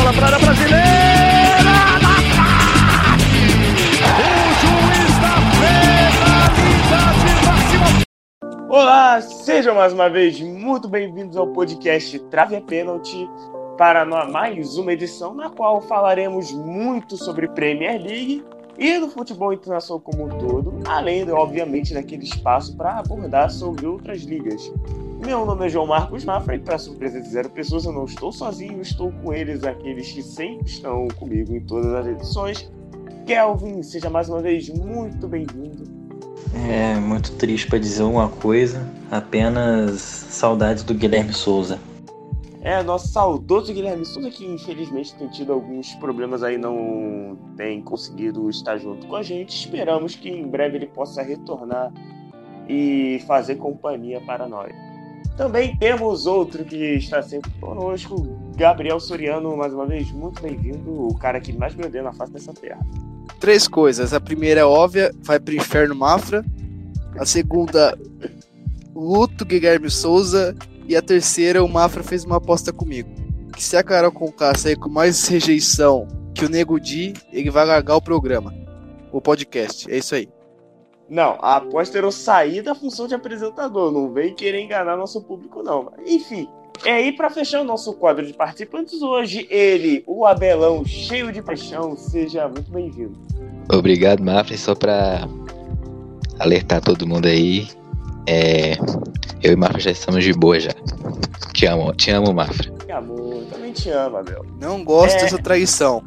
bola para a brasileira. O juiz da penalidade máxima. Olá, sejam mais uma vez muito bem-vindos ao podcast Trave a Pênalti para mais uma edição na qual falaremos muito sobre Premier League e do futebol internacional como um todo, além, obviamente, daquele espaço para abordar sobre outras ligas. Meu nome é João Marcos Mafra e, para surpresa de zero pessoas, eu não estou sozinho, estou com eles, aqueles que sempre estão comigo em todas as edições. Kelvin, seja mais uma vez muito bem-vindo. É muito triste para dizer uma coisa, apenas saudades do Guilherme Souza. Nosso saudoso Guilherme Souza, que infelizmente tem tido alguns problemas aí, não tem conseguido estar junto com a gente. Esperamos que em breve ele possa retornar e fazer companhia para nós. Também temos outro que está sempre conosco, Gabriel Soriano, mais uma vez, muito bem-vindo, o cara que mais me odeia na face dessa terra. 3 coisas. A primeira é óbvia, vai pro inferno Mafra. A segunda, luto Guilherme Souza. E a terceira, o Mafra fez uma aposta comigo. Que se a Carol Conká sair com mais rejeição que o Nego Di, ele vai largar o programa. O podcast. É isso aí. Não, a aposta era eu sair da função de apresentador. Não vem querer enganar nosso público, não. Enfim, e para fechar o nosso quadro de participantes hoje, ele, o Abelão, cheio de paixão. Seja muito bem-vindo. Obrigado, Mafra. Só para alertar todo mundo aí, eu e Mafra já estamos de boa já. Te amo, Mafra. Que amor, também te amo, Abel. Não gosto dessa traição.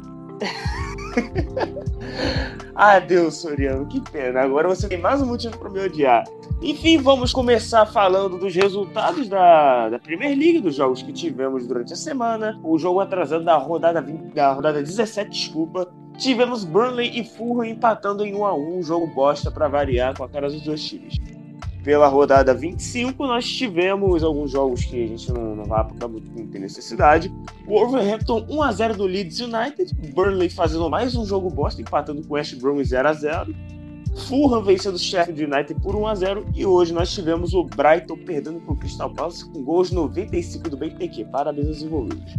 Adeus, Soriano, que pena. Agora você tem mais um motivo para me odiar. Enfim, vamos começar falando dos resultados da Premier League, dos jogos que tivemos durante a semana. O jogo atrasado da rodada 17, desculpa. Tivemos Burnley e Fulham empatando em 1-1, um jogo bosta para variar com a cara dos dois times. Pela rodada 25, nós tivemos alguns jogos que a gente não vai apontar muito, não tem necessidade. O Wolverhampton 1-0 do Leeds United, Burnley fazendo mais um jogo bosta, empatando com o West Brom 0-0. Fulham vencendo o Sheffield United por 1-0. E hoje nós tivemos o Brighton perdendo para o Crystal Palace com gols 95 do BTQ. Parabéns aos envolvidos.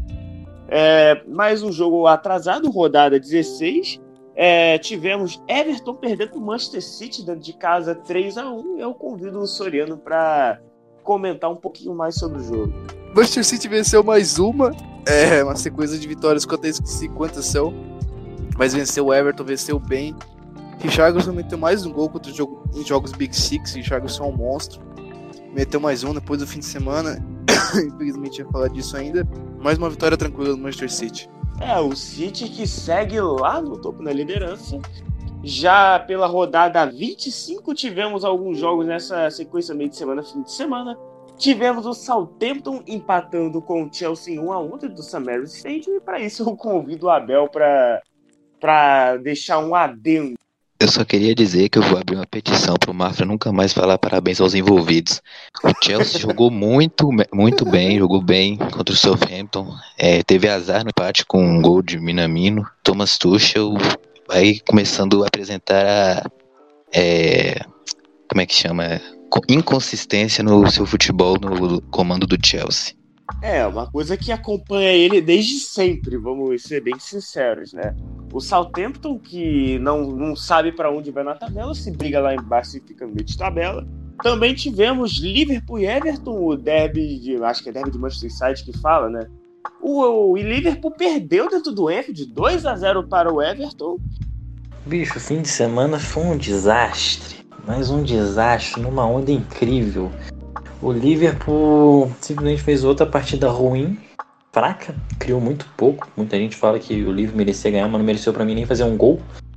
Mais um jogo atrasado, rodada 16. Tivemos Everton perdendo para o Manchester City dentro de casa 3-1. Eu convido o Soriano para comentar um pouquinho mais sobre o jogo. Manchester City venceu mais uma sequência de vitórias que eu até esqueci quantas são, mas venceu o Everton, venceu bem. Richarlison meteu mais um gol contra em jogos Big Six. Richarlison é um monstro, meteu mais um depois do fim de semana. Infelizmente ia falar disso ainda. Mais uma vitória tranquila do Manchester City. O City que segue lá no topo na liderança. Já pela rodada 25 tivemos alguns jogos nessa sequência meio de semana, fim de semana. Tivemos o Southampton empatando com o Chelsea 1-1 dentro do St. Mary's Stadium. E para isso eu convido o Abel para deixar um adendo. Eu só queria dizer que eu vou abrir uma petição pro Mafra nunca mais falar parabéns aos envolvidos. O Chelsea jogou muito bem, jogou bem contra o Southampton. Teve azar no empate com um gol de Minamino. Thomas Tuchel vai começando a apresentar como é que chama? Inconsistência no seu futebol no comando do Chelsea. Uma coisa que acompanha ele desde sempre, vamos ser bem sinceros, né? O Southampton, que não sabe para onde vai na tabela, se briga lá embaixo e fica no meio de tabela. Também tivemos Liverpool e Everton, o derby acho que é derby de Manchester City que fala, né? O Liverpool perdeu dentro do Anfield 2-0 para o Everton. Bicho, o fim de semana foi um desastre, mas um desastre numa onda incrível. O Liverpool simplesmente fez outra partida ruim, fraca, criou muito pouco. Muita gente fala que o Liverpool merecia ganhar, mas não mereceu pra mim nem fazer um gol.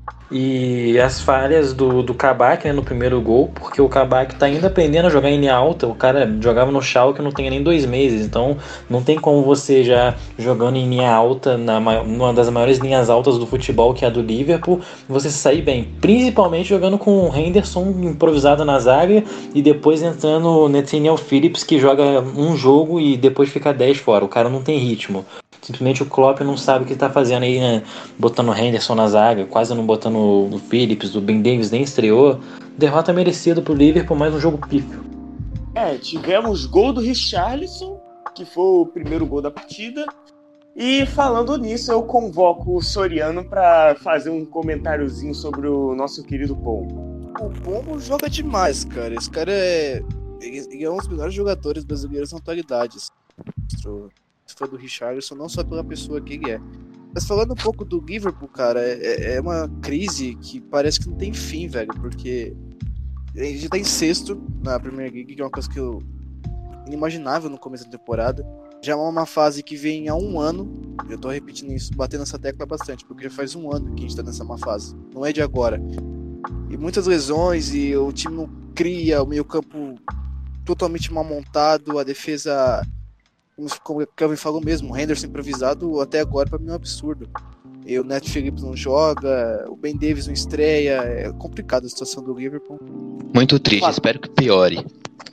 E as falhas do Kabak, né, no primeiro gol, porque o Kabak tá ainda aprendendo a jogar em linha alta. O cara jogava no Schalke não tem nem 2 meses, então não tem como você já jogando em linha alta, numa das maiores linhas altas do futebol, que é a do Liverpool, você sair bem, principalmente jogando com o Henderson improvisado na zaga e depois entrando o Nathaniel Phillips, que joga um jogo e depois fica 10 fora. O cara não tem ritmo. Simplesmente o Klopp não sabe o que tá fazendo aí, né? Botando o Henderson na zaga, quase não botando o Phillips, o Ben Davies nem estreou. Derrota merecida pro Liverpool, mais um jogo pífio. Tivemos gol do Richarlison, que foi o primeiro gol da partida. E falando nisso, eu convoco o Soriano para fazer um comentáriozinho sobre o nosso querido Pombo. O Pombo joga demais, cara. Esse cara ele é um dos melhores jogadores brasileiros na atualidade. Sou fã do Richarlison, não só pela pessoa que ele é. Mas falando um pouco do Liverpool, cara, é uma crise que parece que não tem fim, velho. Porque a gente tá em sexto na Premier League, que é uma coisa que eu inimaginável no começo da temporada. Já é uma fase que vem há um ano. Eu tô repetindo isso, batendo essa tecla bastante, porque já faz um ano que a gente tá nessa má fase. Não é de agora. E muitas lesões, e o time não cria, o meio-campo totalmente mal montado, a defesa, como o Kelvin falou mesmo, o Henderson improvisado até agora pra mim é um absurdo. E o Neto Felipe não joga, o Ben Davies não estreia, é complicado a situação do Liverpool. Muito triste, espero que piore.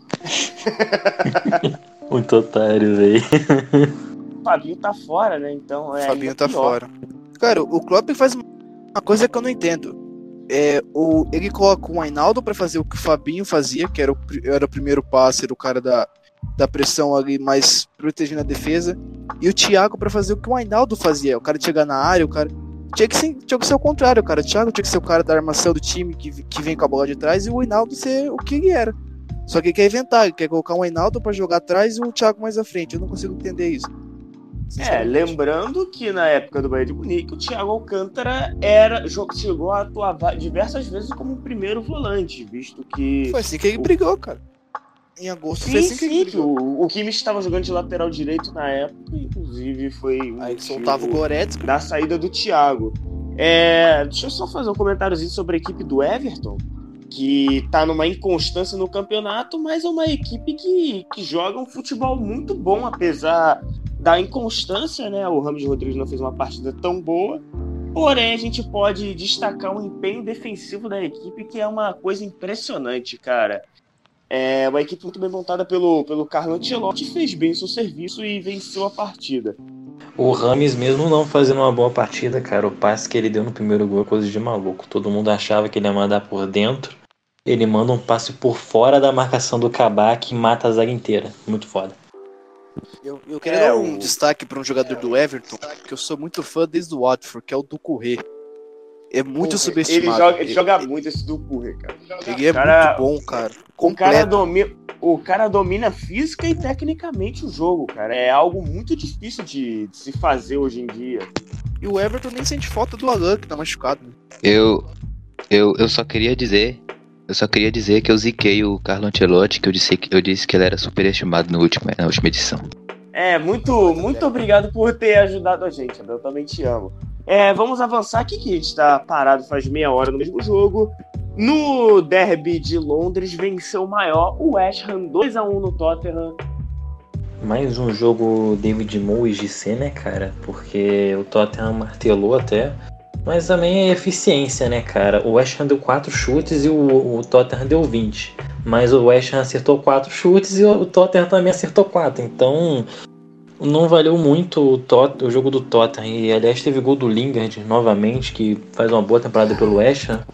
Muito otário, velho. O Fabinho tá fora, né? Então O Fabinho tá fora. Cara, o Klopp faz uma coisa que eu não entendo. Ele coloca o Wijnaldum pra fazer o que o Fabinho fazia, que era o primeiro passe, era o cara da pressão ali, mais protegendo a defesa, e o Thiago pra fazer o que o Wijnaldum fazia, o cara chegar na área, o cara tinha que ser o contrário, cara. O Thiago tinha que ser o cara da armação do time que vem com a bola de trás, e o Wijnaldum ser o que ele era. Só que ele quer inventar, ele quer colocar o Wijnaldum pra jogar atrás e o Thiago mais à frente. Eu não consigo entender isso. Lembrando que na época do Bayern de Munique, o Thiago Alcântara chegou a atuar diversas vezes como primeiro volante, visto que... Foi assim que ele brigou, cara. Em agosto foi assim que ele brigou. O Kimmich estava jogando de lateral direito na época, inclusive foi Aí ele soltava o Goretzka da saída do Thiago. Deixa eu só fazer um comentáriozinho sobre a equipe do Everton, que tá numa inconstância no campeonato, mas é uma equipe que joga um futebol muito bom, apesar da inconstância, né? O James Rodrigues não fez uma partida tão boa, porém a gente pode destacar o empenho defensivo da equipe, que é uma coisa impressionante, cara. É uma equipe muito bem montada pelo Carlo Ancelotti, fez bem o seu serviço e venceu a partida. O Rames, mesmo não fazendo uma boa partida, cara, o passe que ele deu no primeiro gol é coisa de maluco. Todo mundo achava que ele ia mandar por dentro. Ele manda um passe por fora da marcação do Kabak e mata a zaga inteira. Muito foda. Eu quero dar um destaque para um jogador do Everton, que eu sou muito fã desde o Watford, que é o Doucouré. É muito subestimado. Ele joga muito esse Doucouré, cara. Ele é muito bom, cara. O cara domina física e tecnicamente o jogo, cara. É algo muito difícil de se fazer hoje em dia. E o Everton nem sente falta do Alan, que tá machucado. Eu só queria dizer que eu ziquei o Carlo Ancelotti, que eu disse que ele era superestimado na última edição. Muito obrigado por ter ajudado a gente, eu também te amo. Vamos avançar aqui, que a gente tá parado faz meia hora no mesmo jogo. No derby de Londres, venceu o maior, o West Ham 2-1 no Tottenham. Mais um jogo David Moyes de ser, né, cara? Porque o Tottenham martelou até, mas também é eficiência, né, cara? O West Ham deu 4 chutes e o Tottenham deu 20. Mas o West Ham acertou 4 chutes e o Tottenham também acertou 4. Então não valeu muito o jogo do Tottenham. E aliás teve gol do Lingard novamente, que faz uma boa temporada pelo West Ham.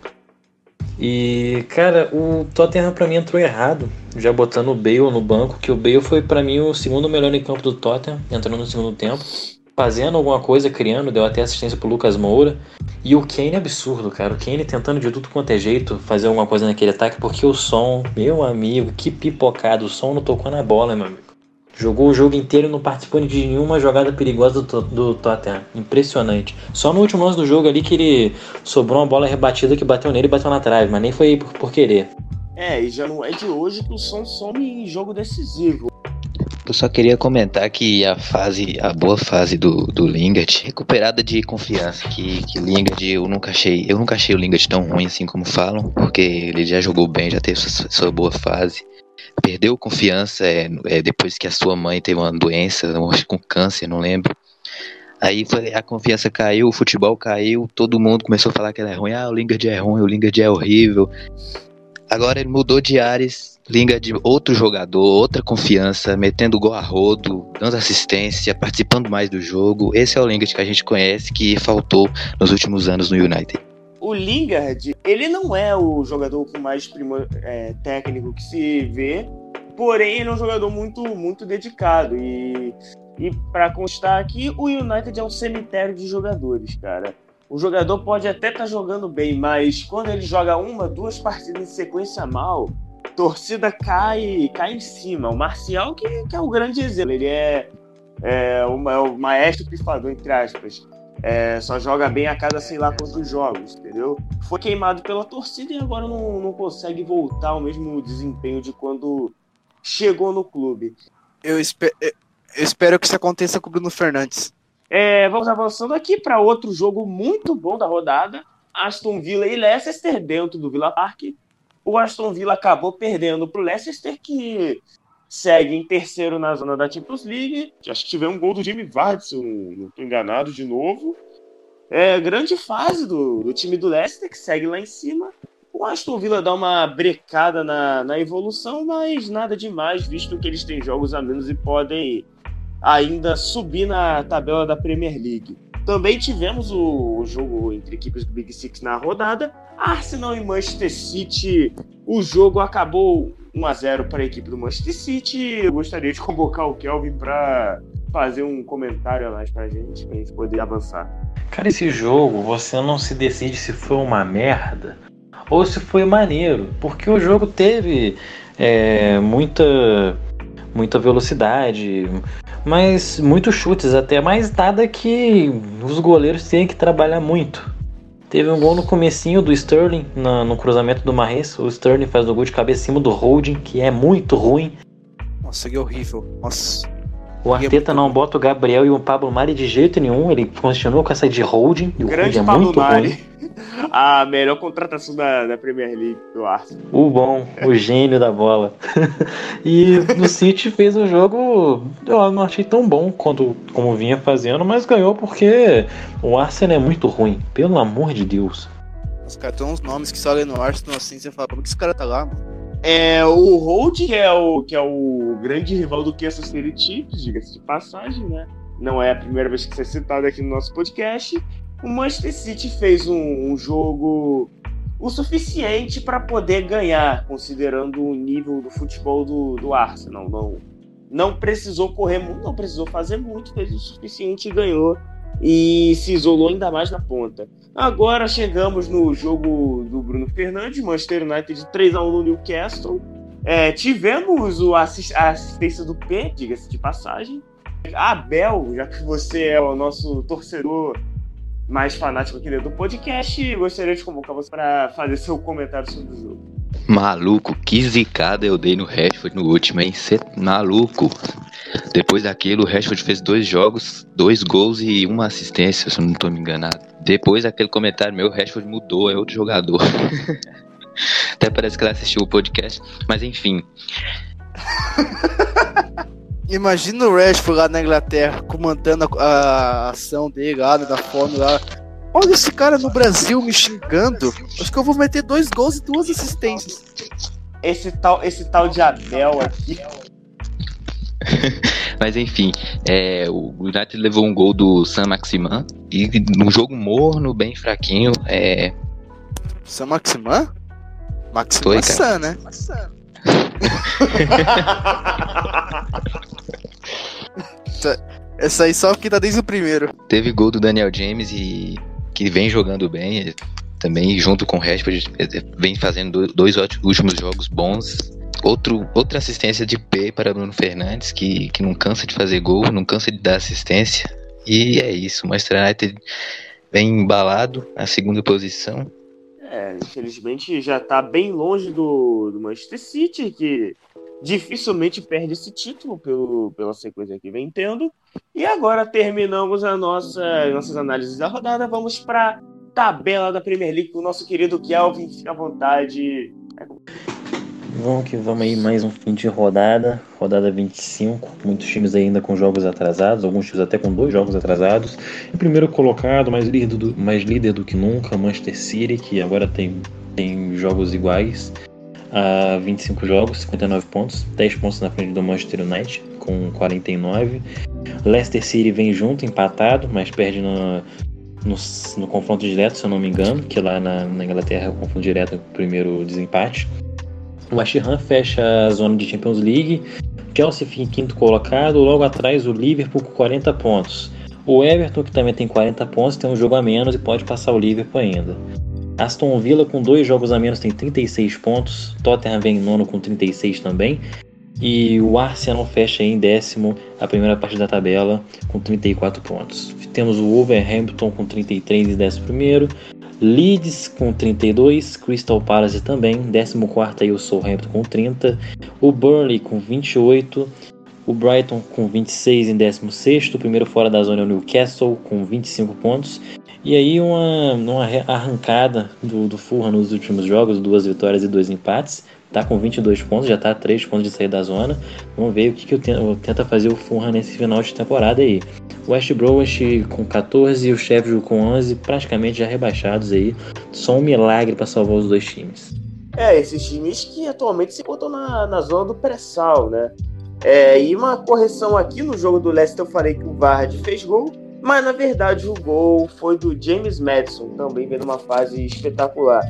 E, cara, o Tottenham pra mim entrou errado, já botando o Bale no banco, que o Bale foi pra mim o segundo melhor em campo do Tottenham, entrando no segundo tempo, fazendo alguma coisa, criando, deu até assistência pro Lucas Moura. E o Kane é absurdo, cara, o Kane tentando de tudo quanto é jeito fazer alguma coisa naquele ataque, porque o Son, meu amigo, que pipocado, o Son não tocou na bola, meu amigo. Jogou o jogo inteiro e não participou de nenhuma jogada perigosa do Tottenham. Impressionante. Só no último lance do jogo ali que ele sobrou uma bola rebatida que bateu nele e bateu na trave, mas nem foi por querer. E já não é de hoje que o Son some em jogo decisivo. Eu só queria comentar que a boa fase do Lingard, recuperada de confiança, que Lingard, eu nunca achei o Lingard tão ruim assim como falam, porque ele já jogou bem, já teve sua boa fase. Perdeu confiança depois que a sua mãe teve uma doença, acho que com câncer, não lembro. Aí a confiança caiu, o futebol caiu, todo mundo começou a falar que ele é ruim. O Lingard é ruim, o Lingard é horrível. Agora ele mudou de ares, Lingard, outro jogador, outra confiança, metendo gol a rodo, dando assistência, participando mais do jogo. Esse é o Lingard que a gente conhece, que faltou nos últimos anos no United. O Lingard, ele não é o jogador com mais técnico que se vê, porém ele é um jogador muito, muito dedicado. E E para constar aqui, o United é um cemitério de jogadores, cara. O jogador pode até estar jogando bem, mas quando ele joga 1, 2 partidas em sequência mal, torcida cai em cima. O Martial, que é o grande exemplo, ele é o maestro pifador, entre aspas. Só joga bem a cada sei lá quantos jogos, entendeu? Foi queimado pela torcida e agora não consegue voltar ao mesmo desempenho de quando chegou no clube. Eu espero que isso aconteça com o Bruno Fernandes. Vamos avançando aqui para outro jogo muito bom da rodada. Aston Villa e Leicester dentro do Villa Park. O Aston Villa acabou perdendo para o Leicester, que segue em terceiro na zona da Champions League. Acho que tivemos um gol do Jamie Vardy, se eu não estou enganado, de novo. Grande fase do time do Leicester, que segue lá em cima. O Aston Villa dá uma brecada na evolução, mas nada demais, visto que eles têm jogos a menos e podem ainda subir na tabela da Premier League. Também tivemos o jogo entre equipes do Big Six na rodada. Arsenal e Manchester City. O jogo acabou 1-0 para a equipe do Manchester City. Eu gostaria de convocar o Kelvin para fazer um comentário a mais para a gente poder avançar. Cara, esse jogo você não se decide se foi uma merda ou se foi maneiro, porque o jogo teve muita velocidade, mas muitos chutes até, mas nada que os goleiros tenham que trabalhar muito. Teve um gol no comecinho do Sterling, no cruzamento do Mahrez. O Sterling faz o gol de cabeça em cima do Holding, que é muito ruim. Nossa, que horrível. Nossa. O Arteta não bota o Gabriel e o Pablo Mari de jeito nenhum. Ele continua com essa de Holding. E o grande Holding é muito ruim. A melhor contratação da Premier League do Arsenal. O gênio da bola. E no City fez o jogo, eu não achei tão bom como vinha fazendo, mas ganhou porque o Arsenal é muito ruim, pelo amor de Deus. Os caras tem uns nomes que só olham no Arsenal assim, você fala, como que esse cara tá lá, mano? O Holding, que é o grande rival do Kansas City Chiefs, diga-se de passagem, né? Não é a primeira vez que você é citado aqui no nosso podcast. O Manchester City fez um jogo o suficiente para poder ganhar, considerando o nível do futebol do Arsenal. Não precisou correr muito, não precisou fazer muito, fez o suficiente e ganhou. E se isolou ainda mais na ponta. Agora chegamos no jogo do Bruno Fernandes, Manchester United 3-1 no Newcastle. Tivemos a assistência do P, diga-se de passagem. Abel, já que você é o nosso torcedor mais fanático aqui dentro do podcast, gostaria de convocar você para fazer seu comentário sobre o jogo. Maluco, que zicada eu dei no Rashford no último, hein? Cê maluco. Depois daquilo, o Rashford fez 2 jogos, 2 gols e 1 assistência, se eu não tô me enganado. Depois daquele comentário meu, o Rashford mudou, é outro jogador. Até parece que ela assistiu o podcast, mas enfim. Imagina o Rashford lá na Inglaterra, comandando a ação dele lá, da fome lá. Olha esse cara no Brasil me xingando. Acho que eu vou meter 2 gols e 2 assistências. Esse tal de Abel aqui. Mas enfim, o United levou um gol do Saint-Maximin e num jogo morno, bem fraquinho. Saint-Maximin? Maximin foi, San, né? Essa aí só que tá desde o primeiro. Teve gol do Daniel James e que vem jogando bem também, junto com o Rashford, vem fazendo 2 últimos jogos bons. Outra assistência de P para Bruno Fernandes, que não cansa de fazer gol, não cansa de dar assistência. E é isso, o Manchester United vem embalado na segunda posição. Infelizmente já está bem longe do Manchester City, que dificilmente perde esse título pela sequência que vem tendo. E agora terminamos nossas análises da rodada. Vamos para a tabela da Premier League com o nosso querido Kelvin. Fique à vontade. Vamos que vamos aí, mais um fim de rodada 25, muitos times ainda com jogos atrasados, alguns times até com 2 jogos atrasados. E o primeiro colocado, mais líder do que nunca, Manchester City, que agora tem jogos iguais a 25 jogos, 59 pontos, 10 pontos na frente do Manchester United, com 49. Leicester City vem junto, empatado, mas perde no confronto direto, se eu não me engano, que lá na Inglaterra é o confronto direto, o primeiro desempate. O West Ham fecha a zona de Champions League Chelsea fica em quinto colocado, logo atrás o Liverpool com 40 pontos. O Everton, que também tem 40 pontos, tem um jogo a menos e pode passar o Liverpool ainda. Aston Villa, com 2 jogos a menos, tem 36 pontos. Tottenham vem em nono com 36 também. E o Arsenal fecha em décimo a primeira parte da tabela com 34 pontos. Temos o Wolverhampton com 33 em 11º. Leeds com 32, Crystal Palace também, 14º aí o Southampton com 30, o Burnley com 28, o Brighton com 26 em 16º, o primeiro fora da zona é o Newcastle com 25 pontos, e aí uma arrancada do Fulham nos últimos jogos, 2 vitórias e 2 empates, tá com 22 pontos, já tá a 3 pontos de sair da zona. Vamos ver o que tenta fazer o Fulham nesse final de temporada aí. O West Bromwich com 14 e o Sheffield com 11, praticamente já rebaixados aí. Só um milagre para salvar os 2 times. Esses times que atualmente se encontram na zona do pré-sal, né? E uma correção aqui no jogo do Leicester, eu falei que o Vardy fez gol, mas na verdade o gol foi do James Maddison, também vendo uma fase espetacular.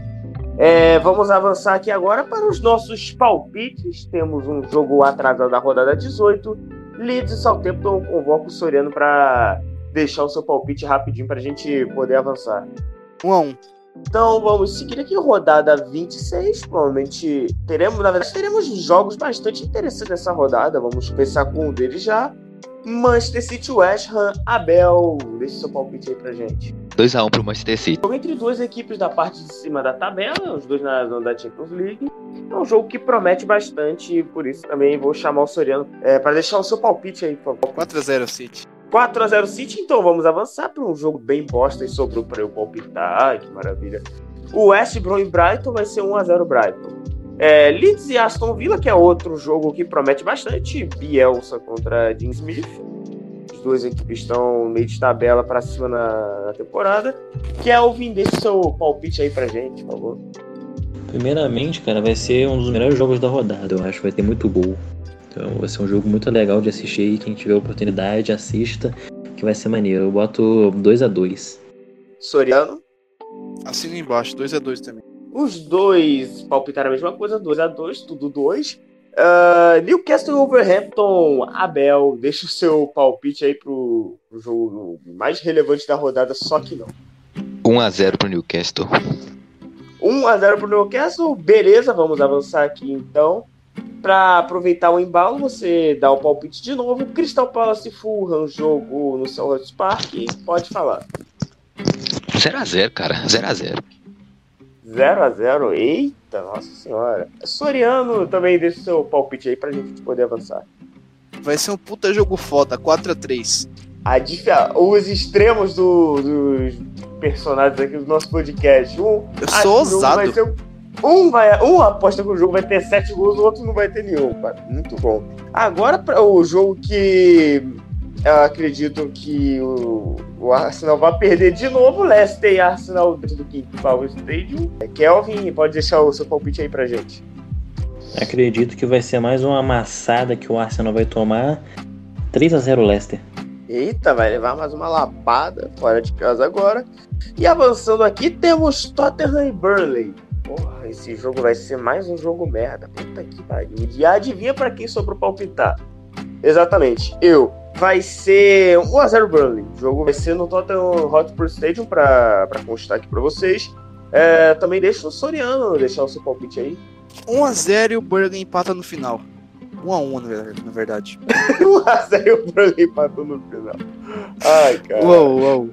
Vamos avançar aqui agora para os nossos palpites. Temos um jogo atrasado da rodada 18. Leeds e Southampton, convoca o Soriano para deixar o seu palpite rapidinho para a gente poder avançar. 1-1. Então vamos seguir aqui, rodada 26. Provavelmente teremos jogos bastante interessantes nessa rodada. Vamos começar com um deles já. Manchester City, West Ham. Abel, deixa seu palpite aí pra gente. 2-1 pro Manchester City. Jogo entre 2 equipes da parte de cima da tabela, os 2 na zona da Champions League. É um jogo que promete bastante, e por isso também vou chamar o Soriano para deixar o seu palpite aí, por favor. 4-0 City. 4-0 City, então vamos avançar para um jogo bem bosta e sobrou para eu palpitar. Ai, que maravilha. O West Brom e Brighton vai ser 1-0 Brighton. Leeds e Aston Villa, que é outro jogo que promete bastante. Bielsa contra Dean Smith. Os 2 equipes estão meio de tabela para cima na temporada. Kelvin, deixa o seu palpite aí pra gente, por favor. Primeiramente, cara, vai ser um dos melhores jogos da rodada. Eu acho que vai ter muito gol. Então vai ser um jogo muito legal de assistir aí. Quem tiver oportunidade, assista, que vai ser maneiro. Eu boto 2-2. Soriano? Assina embaixo, 2-2 também. Os 2 palpitaram a mesma coisa, 2-2, tudo 2. Newcastle e Wolverhampton. Abel, deixa o seu palpite aí pro jogo mais relevante da rodada, só que não. 1-0 pro Newcastle. 1-0 pro Newcastle, beleza, vamos avançar aqui então. Para aproveitar o embalo, você dá o palpite de novo. Crystal Palace e Fulham, jogo no Selhurst Park, pode falar. 0-0, cara, 0-0. 0-0, eita, nossa senhora. Soriano, também deixa o seu palpite aí pra gente poder avançar. Vai ser um puta jogo foda, 4-3. Os extremos dos personagens aqui do nosso podcast. Eu sou ousado. Um aposta que o jogo vai ter 7 gols, o outro não vai ter nenhum, cara. Muito bom. Agora, para o jogo que eu acredito que o Arsenal vai perder de novo, Leicester e Arsenal dentro do King Power Stadium. Kelvin, pode deixar o seu palpite aí pra gente. Acredito que vai ser mais uma amassada que o Arsenal vai tomar. 3-0 Leicester. Eita, vai levar mais uma lapada fora de casa agora. E avançando aqui, temos Tottenham e Burnley. Porra, esse jogo vai ser mais um jogo merda. Puta que pariu. E adivinha pra quem sobrou palpitar? Exatamente, eu. Vai ser 1-0 Burnley. O jogo vai ser no Tottenham Hotspur Stadium, pra constar aqui pra vocês. Também deixa o Soriano deixar o seu palpite aí. 1-0 e o Burnley empata no final. 1-1, na verdade. 1-0 e o Burnley empatou no final. Ai, cara. Uou.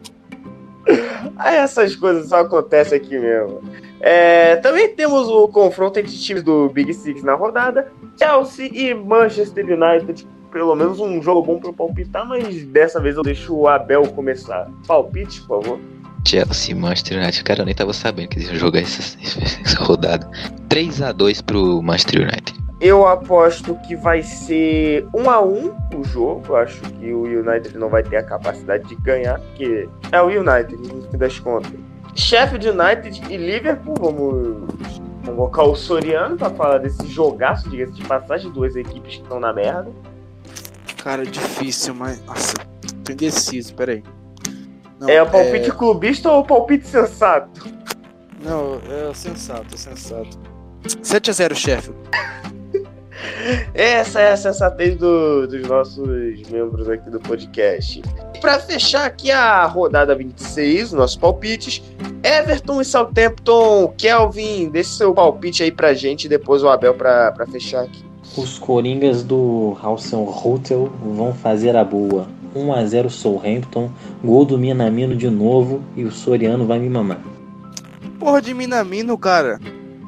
Aí essas coisas só acontecem aqui mesmo. Também temos o confronto entre times do Big Six na rodada. Chelsea e Manchester United. Pelo menos um jogo bom para eu palpitar, mas dessa vez eu deixo o Abel começar. Palpite, por favor. Chelsea, Manchester United. Cara, eu nem tava sabendo que eles iam jogar essa rodada. 3-2 pro Manchester United. Eu aposto que vai ser 1-1 o jogo. Eu acho que o United não vai ter a capacidade de ganhar, porque é o United, no fim das contas. Sheffield United e Liverpool, vamos convocar o Soriano para falar desse jogaço, diga-se de passagem, 2 equipes que estão na merda. Cara, é difícil, mas... Nossa, tô indeciso, peraí. Não, o palpite clubista ou o palpite sensato? Não, é sensato. 7-0 Sheffield. Essa é a sensatez dos nossos membros aqui do podcast. Para fechar aqui a rodada 26, nossos palpites, Everton e Southampton. Kelvin, deixe seu palpite aí pra gente e depois o Abel pra fechar aqui. Os Coringas do Hasenhüttl vão fazer a boa. 1-0 Southampton, gol do Minamino de novo e o Soriano vai me mamar. Porra de Minamino, cara.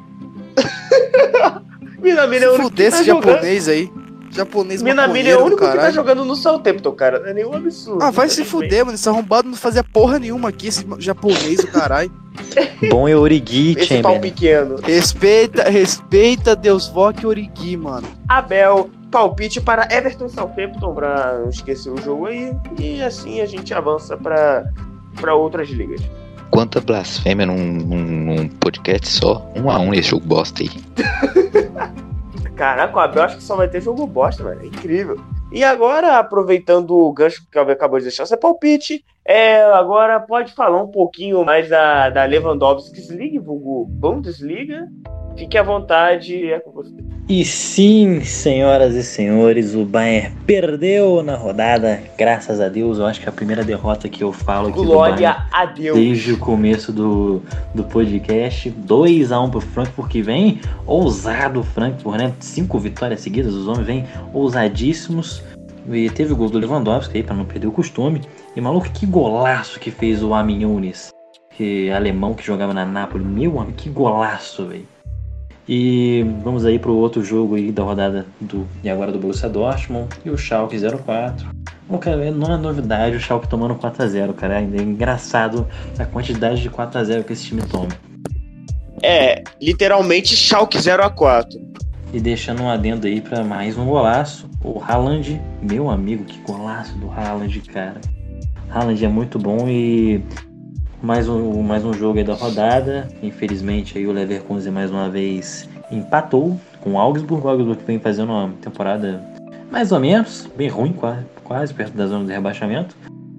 Minamino é o único Fuder que tá esse jogando. japonês aí. Japonês Minamino é o maconheiro do único que tá caralho. jogando no Southampton, cara. Não é nenhum absurdo. Ah, vai se fuder, mano. Esse arrombado não fazia porra nenhuma aqui, esse japonês do caralho. Bom é Origi, Esse pau Chamberlain. pequeno. Respeita Deus Vogue e Origi, mano. Abel, palpite para Everton e Southampton, pra não esquecer o jogo aí. E assim a gente avança pra outras ligas. Quanta blasfêmia num podcast só. 1-1 esse jogo bosta aí. Caraca, o Abel acho que só vai ter jogo bosta, velho. É incrível. E agora, aproveitando o gancho que o Abel acabou de deixar seu palpite, agora pode falar um pouquinho mais da Lewandowski League, vulgo Bundesliga. Fique à vontade, é com você. E sim, senhoras e senhores, o Bayern perdeu na rodada, graças a Deus. Eu acho que é a primeira derrota que eu falo aqui do Bayern Glória a Deus. desde o começo do podcast. 2-1 pro Frankfurt, que vem ousado o Frankfurt, né? 5 vitórias seguidas, os homens vêm ousadíssimos. E teve o gol do Lewandowski aí, pra não perder o costume. E maluco, que golaço que fez o Amin Younes, que é alemão que jogava na Napoli. Meu amigo, que golaço, velho. E vamos aí pro outro jogo aí da rodada e agora do Borussia Dortmund e o Schalke 04. Cara, não é novidade o Schalke tomando 4-0, cara. Ainda é engraçado a quantidade de 4-0 que esse time toma. Literalmente Schalke 0-4. E deixando um adendo aí pra mais um golaço, o Haaland, meu amigo, que golaço do Haaland, cara. Haaland é muito bom e mais um jogo aí da rodada. Infelizmente aí o Leverkusen mais uma vez empatou com o Augsburg. O Augsburg vem fazendo uma temporada mais ou menos, bem ruim, quase perto da zona de rebaixamento.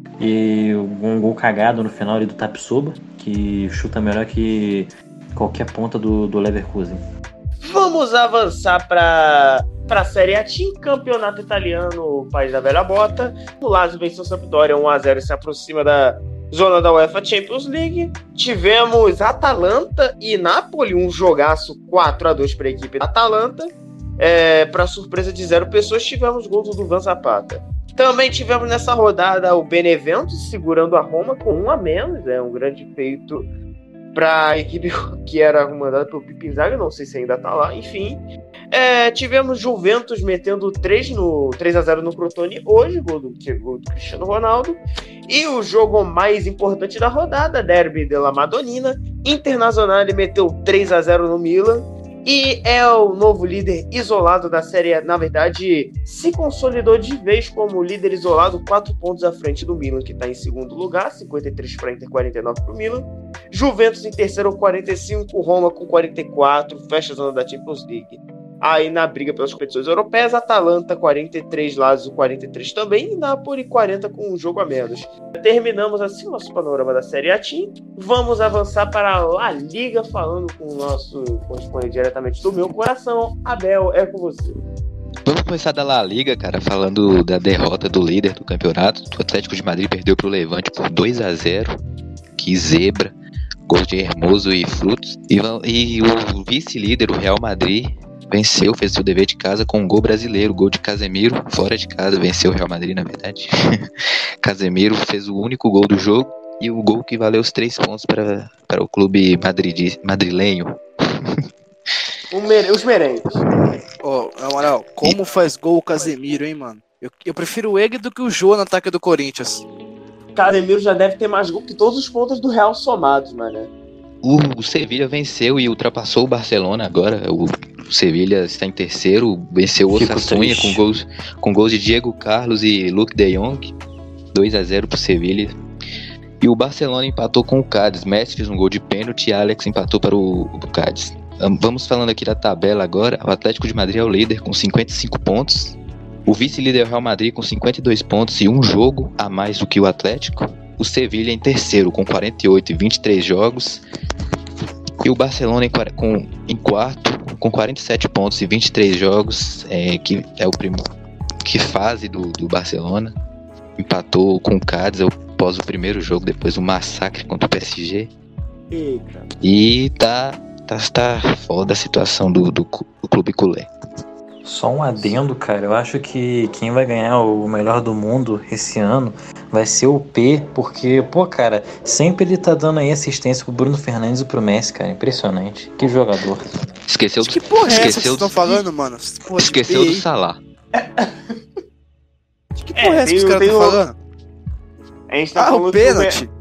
E um gol cagado no final ali do Tapsoba, que chuta melhor que qualquer ponta do Leverkusen. Vamos avançar para a Série A, campeonato italiano, país da velha bota. O Lazio venceu o Sampdoria 1-0 e se aproxima da zona da UEFA Champions League. Tivemos Atalanta e Napoli, um jogaço 4-2 para a equipe da Atalanta. Para surpresa de 0 pessoas, tivemos gols do Van Zapata. Também tivemos nessa rodada o Benevento segurando a Roma com 1 a menos, um grande feito para a equipe que era comandada pelo Pipo Inzaghi, não sei se ainda está lá, enfim. Tivemos Juventus metendo 3-0 no Crotone hoje, gol do Cristiano Ronaldo. E o jogo mais importante da rodada, Derby della Madonnina, Internazionale meteu 3-0 no Milan. E é o novo líder isolado da Série A. Na verdade, se consolidou de vez como líder isolado, 4 pontos à frente do Milan, que está em segundo lugar, 53 para Inter, 49 para o Milan. Juventus em terceiro, 45, Roma com 44, fecha a zona da Champions League. Aí na briga pelas competições europeias, Atalanta 43, Lazio 43 também, e Napoli 40 com um jogo a menos. Terminamos assim o nosso panorama da Série A Team. Vamos avançar para a La Liga, falando com o nosso correspondente diretamente do meu coração. Abel, é com você. Vamos começar da La Liga, cara, falando da derrota do líder do campeonato. O Atlético de Madrid perdeu pro Levante por 2-0. Que zebra. Gols de Hermoso e Frutos. E o vice-líder, o Real Madrid, venceu, fez seu dever de casa com um gol brasileiro, gol de Casemiro, fora de casa, venceu o Real Madrid, na verdade. Casemiro fez o único gol do jogo e o gol que valeu os 3 pontos para o clube madrilenho. Os merengues. Na moral, como faz gol o Casemiro, hein, mano? Eu prefiro o Eg do que o Jô no ataque do Corinthians. Casemiro já deve ter mais gol que todos os pontos do Real somados, mano. O Sevilla venceu e ultrapassou o Barcelona agora. O Sevilla está em terceiro, venceu o Osasuna com gols de Diego Carlos e Luke de Jong. 2-0 pro Sevilla. E o Barcelona empatou com o Cádiz. Messi fez um gol de pênalti e Alex empatou para o Cádiz. Vamos falando aqui da tabela agora. O Atlético de Madrid é o líder com 55 pontos. O vice-líder é o Real Madrid com 52 pontos e um jogo a mais do que o Atlético. O Sevilla em terceiro com 48 e 23 jogos. E o Barcelona em quarto com 47 pontos em 23 jogos, que é o primeiro que fase do Barcelona. Empatou com o Cádiz após o primeiro jogo, depois do massacre contra o PSG. Eita. E tá foda a situação do clube culé. Só um adendo, cara. Eu acho que quem vai ganhar o melhor do mundo esse ano vai ser o P, porque, pô, cara, sempre ele tá dando aí assistência pro Bruno Fernandes e pro Messi, cara. Impressionante. Que jogador. Esqueceu Que porra é essa que vocês esqueceu estão falando, mano? Porra, esqueceu do Salah. Que porra é essa que os caras estão falando? A gente tá Ah, falando o pênalti.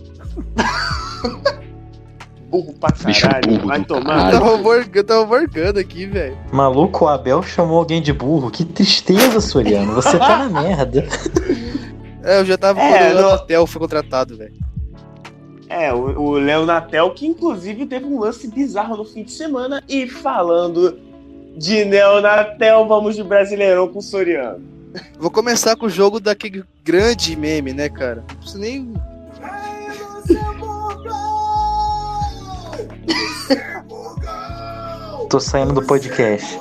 burro pra Bicho caralho. burro Vai do tomar. caralho. Eu tava morgando aqui, velho. Maluco, o Abel chamou alguém de burro. Que tristeza, Soriano. Você tá na merda. Eu já tava quando o Natel foi contratado, velho. O Léo Natel, que inclusive teve um lance bizarro no fim de semana. E falando de Neonatel, vamos de Brasileirão com o Soriano. Vou começar com o jogo daquele grande meme, né, cara? Não preciso nem... Tô saindo do podcast.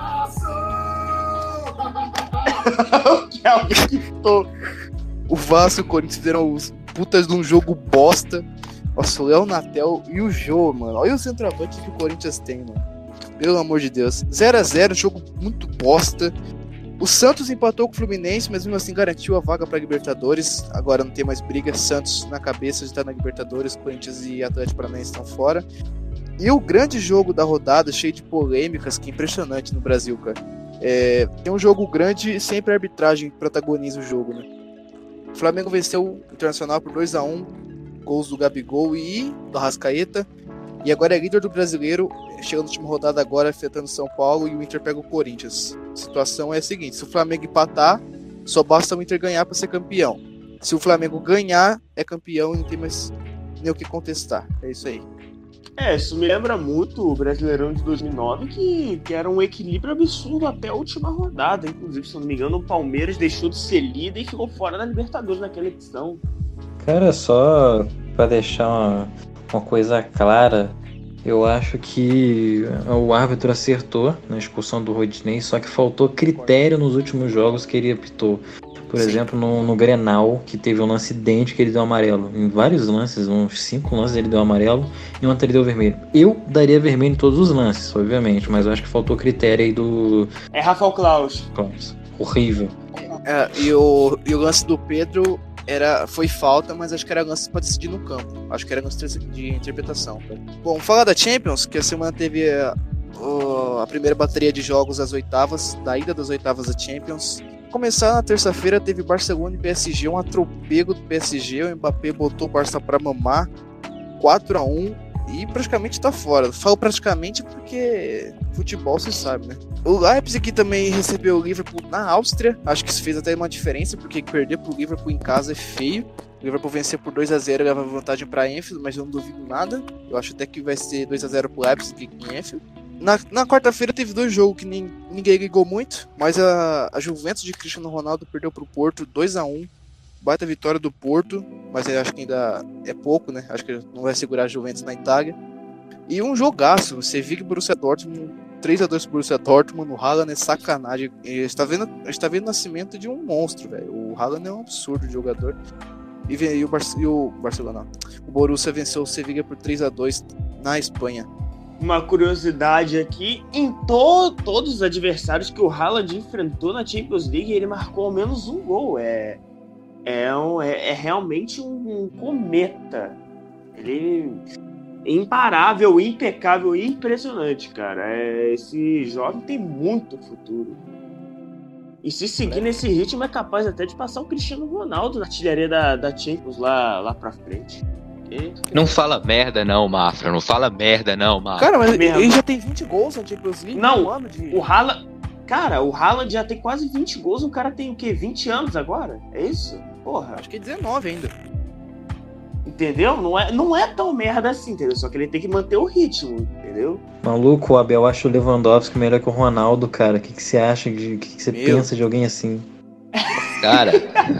O Vasco e o Corinthians fizeram os putas de um jogo bosta. Nossa, o Léo Natel e o Jô, mano. Olha o centroavante que o Corinthians tem, mano. Pelo amor de Deus. 0x0, jogo muito bosta. O Santos empatou com o Fluminense, mas mesmo assim garantiu a vaga pra Libertadores. Agora não tem mais briga. Santos na cabeça de estar na Libertadores. Corinthians e Atlético Paranaense estão fora. E o grande jogo da rodada, cheio de polêmicas, que é impressionante no Brasil, cara. Tem um jogo grande e sempre a arbitragem protagoniza o jogo, né? O Flamengo venceu o Internacional por 2x1, gols do Gabigol e do Arrascaeta. E agora é líder do Brasileiro, chega na última rodada agora, afetando São Paulo, e o Inter pega o Corinthians. A situação é a seguinte: se o Flamengo empatar, só basta o Inter ganhar para ser campeão. Se o Flamengo ganhar, é campeão e não tem mais nem o que contestar. É isso aí. Isso me lembra muito o Brasileirão de 2009, que era um equilíbrio absurdo até a última rodada. Inclusive, se eu não me engano, o Palmeiras deixou de ser líder e ficou fora da Libertadores naquela edição. Cara, só pra deixar uma coisa clara, eu acho que o árbitro acertou na expulsão do Rodinei, só que faltou critério nos últimos jogos que ele apitou. Por exemplo, no Grenal, que teve um lance idêntico que ele deu amarelo. Em vários lances, uns 5 lances ele deu amarelo e ontem ele deu vermelho. Eu daria vermelho em todos os lances, obviamente, mas eu acho que faltou critério aí do... Rafael Claus. Horrível. E o lance do Pedro foi falta, mas acho que era lance pra decidir no campo. Acho que era lance de interpretação. Cara. Bom, falar da Champions, que a semana teve a primeira bateria de jogos das oitavas, da ida das oitavas da Champions. Começar na terça-feira, teve Barcelona e PSG, um atropelo do PSG. O Mbappé botou o Barça pra mamar, 4x1, e praticamente tá fora. Falo praticamente porque futebol você sabe, né? O Leipzig também recebeu o Liverpool na Áustria. Acho que isso fez até uma diferença, porque perder pro Liverpool em casa é feio. O Liverpool vencer por 2x0 leva vantagem pra Anfield, mas eu não duvido nada. Eu acho até que vai ser 2x0 pro Leipzig em Anfield. Na quarta-feira teve 2 jogos que ninguém ligou muito, mas a Juventus de Cristiano Ronaldo perdeu pro Porto 2x1, baita vitória do Porto, mas eu acho que ainda é pouco, né? Acho que não vai segurar a Juventus na Itália. E um jogaço, Sevilla e Borussia Dortmund, 3x2 pro Borussia Dortmund. O Haaland é sacanagem, a gente tá vendo o nascimento de um monstro, velho. O Haaland é um absurdo de jogador. E o Barcelona, o Borussia venceu o Sevilla por 3x2 na Espanha. Uma curiosidade aqui, em todos os adversários que o Haaland enfrentou na Champions League, ele marcou ao menos um gol. É realmente um cometa. Ele é imparável, impecável e impressionante, cara. Esse jovem tem muito futuro. E se seguir nesse ritmo, é capaz até de passar o Cristiano Ronaldo na artilharia da Champions lá pra frente. Não fala merda não, Mafra. Não fala merda não, Mafra. Cara, mas ele já tem 20 gols na Champions League? Não, o Haaland... Cara, o Haaland já tem quase 20 gols. O cara tem o quê? 20 anos agora? É isso? Porra. Acho que é 19 ainda. Entendeu? Não é tão merda assim, entendeu? Só que ele tem que manter o ritmo, entendeu? Maluco, o Abel acha o Lewandowski melhor que o Ronaldo, cara. O que você acha? O que você pensa de alguém assim? Cara...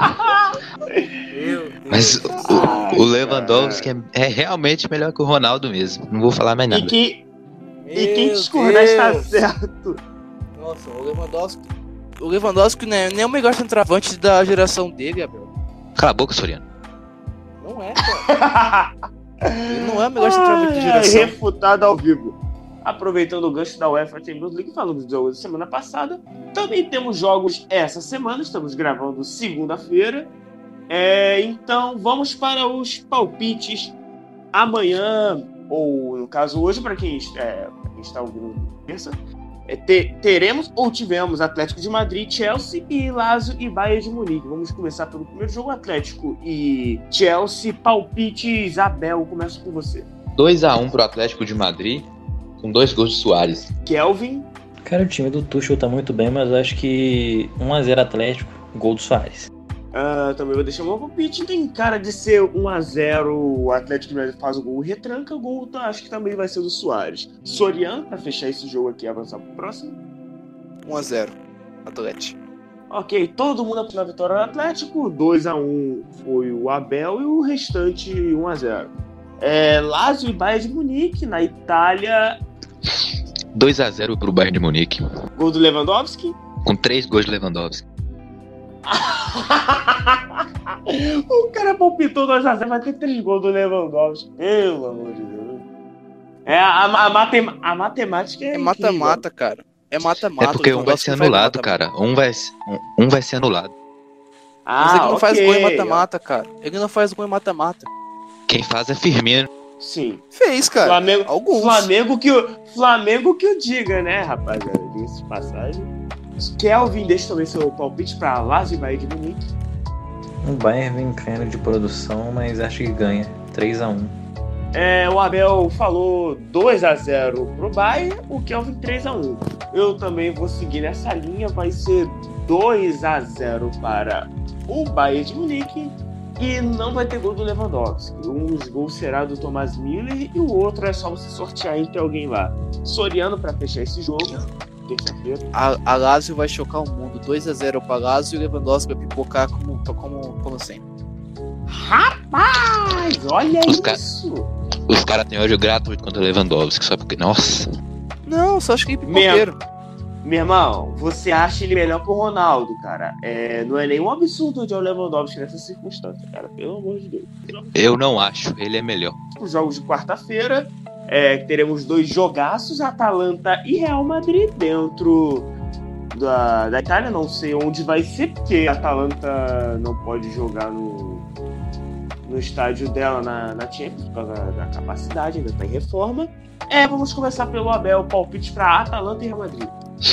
Mas o Lewandowski é realmente melhor que o Ronaldo mesmo. Não vou falar mais nada. E quem discordar está certo. Nossa, o Lewandowski não é nem o melhor centroavante da geração dele, Gabriel. Cala a boca, Soriano. Não é, cara. Ele não é o melhor centroavante da geração. Refutado ao vivo. Aproveitando o gancho da UEFA Champions League, falamos dos jogos da semana passada. Também temos jogos essa semana, estamos gravando segunda-feira. Então vamos para os palpites amanhã, ou no caso hoje, para quem está ouvindo terça. Teremos ou tivemos Atlético de Madrid, Chelsea e Lazio e Bayern de Munique. Vamos começar pelo primeiro jogo, Atlético e Chelsea. Palpites, Abel, começo com você. 2-1 pro Atlético de Madrid, com 2 gols de Suárez. Kelvin. Cara, o time do Tuchel tá muito bem, mas eu acho que 1x0 Atlético, gol do Suárez. Também vou deixar o meu palpite. Tem cara de ser 1x0, o Atlético de Madrid faz o gol, retranca o gol, acho que também vai ser do Suárez. Soriano, pra fechar esse jogo aqui e avançar pro próximo. 1x0, Atlético. Ok, todo mundo apostou na vitória do Atlético. 2x1 foi o Abel e o restante 1x0. Lazio e Bayern de Munique, na Itália. 2-0 pro Bayern de Munique. Gol do Lewandowski. Com 3 gols de Lewandowski. O cara palpitou 2x0, vai ter 3 gols do Lewandowski. Pelo amor de Deus. A matemática é mata-mata, cara. É mata-mata. É porque um vai ser anulado, cara. Um vai ser anulado. Mas ele não faz gol em mata-mata, cara. Ele não faz gol em mata-mata. Quem faz é Firmino. Sim. Fez, cara. Flamengo que o diga, né, rapaziada? Diga-se de passagem. Kelvin, deixa também seu palpite pra Lazio e Bayern de Munique. O Bayern vem caindo de produção, mas acho que ganha. 3-1. O Abel falou 2-0 pro Bayern, o Kelvin 3-1. Eu também vou seguir nessa linha, vai ser 2-0 para o Bayern de Munique e não vai ter gol do Lewandowski. Um dos gols será do Thomas Müller e o outro é só você sortear entre alguém lá. Soriano para fechar esse jogo. A Lazio vai chocar o mundo. 2-0 para Lazio e o Lewandowski vai pipocar como sempre. Rapaz, olha isso! Os caras têm ódio gratuito contra o Lewandowski, só porque... Nossa! Não, só acho que é pipoqueiro. Meu irmão, você acha ele melhor que o Ronaldo, cara. Não é nenhum absurdo de o Lewandowski nessa circunstância, cara. Pelo amor de Deus. Eu não acho, ele é melhor. Os jogos de quarta-feira, teremos 2 jogaços, Atalanta e Real Madrid, dentro da Itália. Não sei onde vai ser, porque a Atalanta não pode jogar no estádio dela na Champions, por causa da capacidade, ainda está em reforma. Vamos começar pelo Abel, palpite para Atalanta e Real Madrid.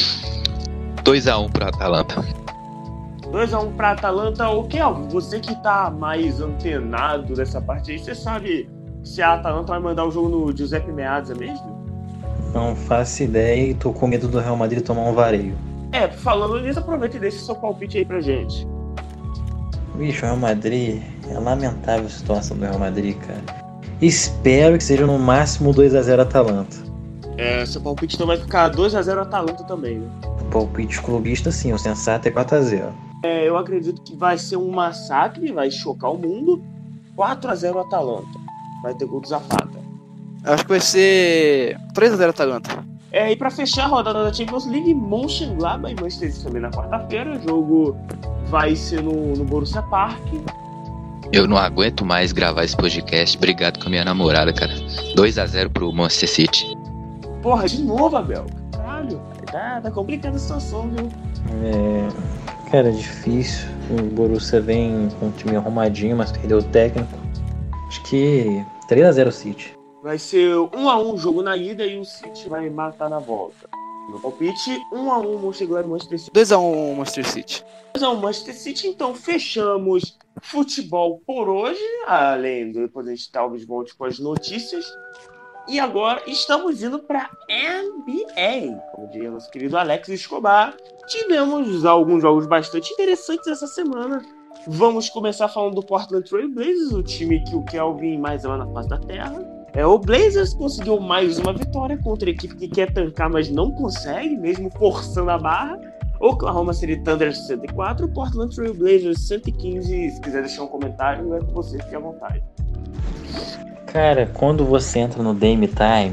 2-1 para Atalanta. 2-1 para Atalanta. O Kelvin, você que tá mais antenado dessa parte aí, você sabe se a Atalanta vai mandar o jogo no Giuseppe Meazza mesmo? Não faço ideia e tô com medo do Real Madrid tomar um vareio. Falando nisso, aproveita e deixa seu palpite aí pra gente. Bicho, o Real Madrid, é lamentável a situação do Real Madrid, cara. Espero que seja no máximo 2-0 Atalanta. Seu palpite então vai ficar 2-0 Atalanta também, né? O palpite clubista, sim, o sensato é 4-0. Eu acredito que vai ser um massacre, vai chocar o mundo. 4-0 Atalanta. Vai ter gol do Zapata. Acho que vai ser 3-0 Atalanta. E pra fechar a rodada da Champions League, Mönchengladbach e Manchester City também na quarta-feira. O jogo vai ser no Borussia Park. Eu não aguento mais gravar esse podcast. Obrigado com a minha namorada, cara. 2-0 pro Manchester City. Porra, de novo, Abel. Caralho, tá complicada a situação, viu? Cara, é difícil. O Borussia vem com um time arrumadinho, mas perdeu o técnico. Acho que 3-0 City. Vai ser 1-1 o jogo na ida e o City vai matar na volta. No palpite, 1-1 Mönchengladbach e Manchester City. 2-1 Manchester City. 2-1 Manchester City, então fechamos futebol por hoje. Além do depois a gente talvez volte com as notícias. E agora estamos indo para NBA, como diria nosso querido Alex Escobar. Tivemos alguns jogos bastante interessantes essa semana. Vamos começar falando do Portland Trail Blazers, o time que o Kelvin mais ama na face da terra. O Blazers conseguiu mais uma vitória contra a equipe que quer tancar, mas não consegue, mesmo forçando a barra. Oklahoma City Thunder 104, Portland Trail Blazers 115. Se quiser deixar um comentário, é com você, fique à vontade. Cara, quando você entra no Dame Time,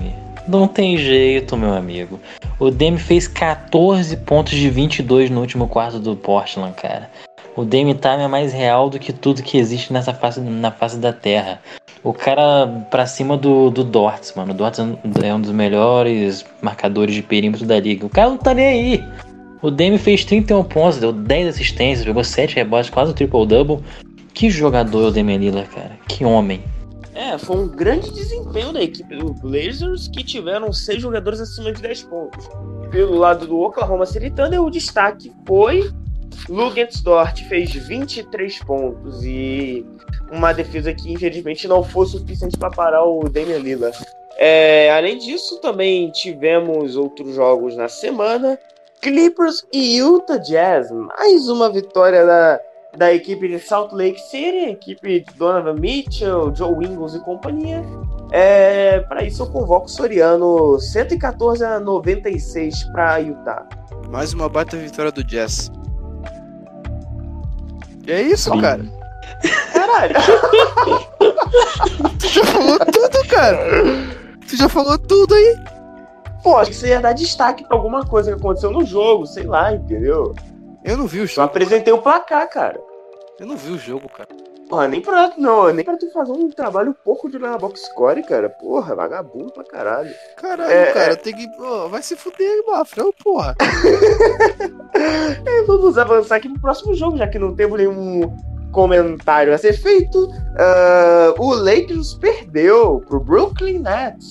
Não tem jeito, meu amigo. O Dame fez 14 pontos de 22 no último quarto do Portland, cara. O Dame Time é mais real do que tudo que existe na face da Terra. O cara pra cima do Dortz, mano. O Dortz é um dos melhores marcadores de perímetro da liga. O cara não tá nem aí. O Dame fez 31 pontos, deu 10 assistências, pegou 7 rebotes, quase um triple-double. Que jogador é o Damian Lillard, cara. Que homem. Foi um grande desempenho da equipe do Blazers, que tiveram 6 jogadores acima de 10 pontos. Pelo lado do Oklahoma City Thunder, o destaque foi Luguentz Dort, fez 23 pontos e uma defesa que infelizmente não foi suficiente para parar o Damian Lillard. Além disso, também tivemos outros jogos na semana. Clippers e Utah Jazz, mais uma vitória da equipe de Salt Lake City, equipe de Donovan Mitchell, Joe Ingles e companhia. Para isso eu convoco o Soriano, 114-96 para Utah. Mais uma baita vitória do Jazz. E é isso, cara. Caralho. Tu já falou tudo, cara. Tu já falou tudo aí. Pô, acho que você ia dar destaque pra alguma coisa que aconteceu no jogo, sei lá, entendeu? Eu não vi o Eu jogo. apresentei o placar, cara. Eu não vi o jogo, cara. Porra, nem pra tu fazer um trabalho pouco de na box score, cara. Porra, vagabundo pra caralho. Caralho, cara, tem que... Pô, vai se fuder, Mafra, porra. Vamos avançar aqui pro próximo jogo, já que não temos nenhum comentário a ser feito. O Lakers perdeu pro Brooklyn Nets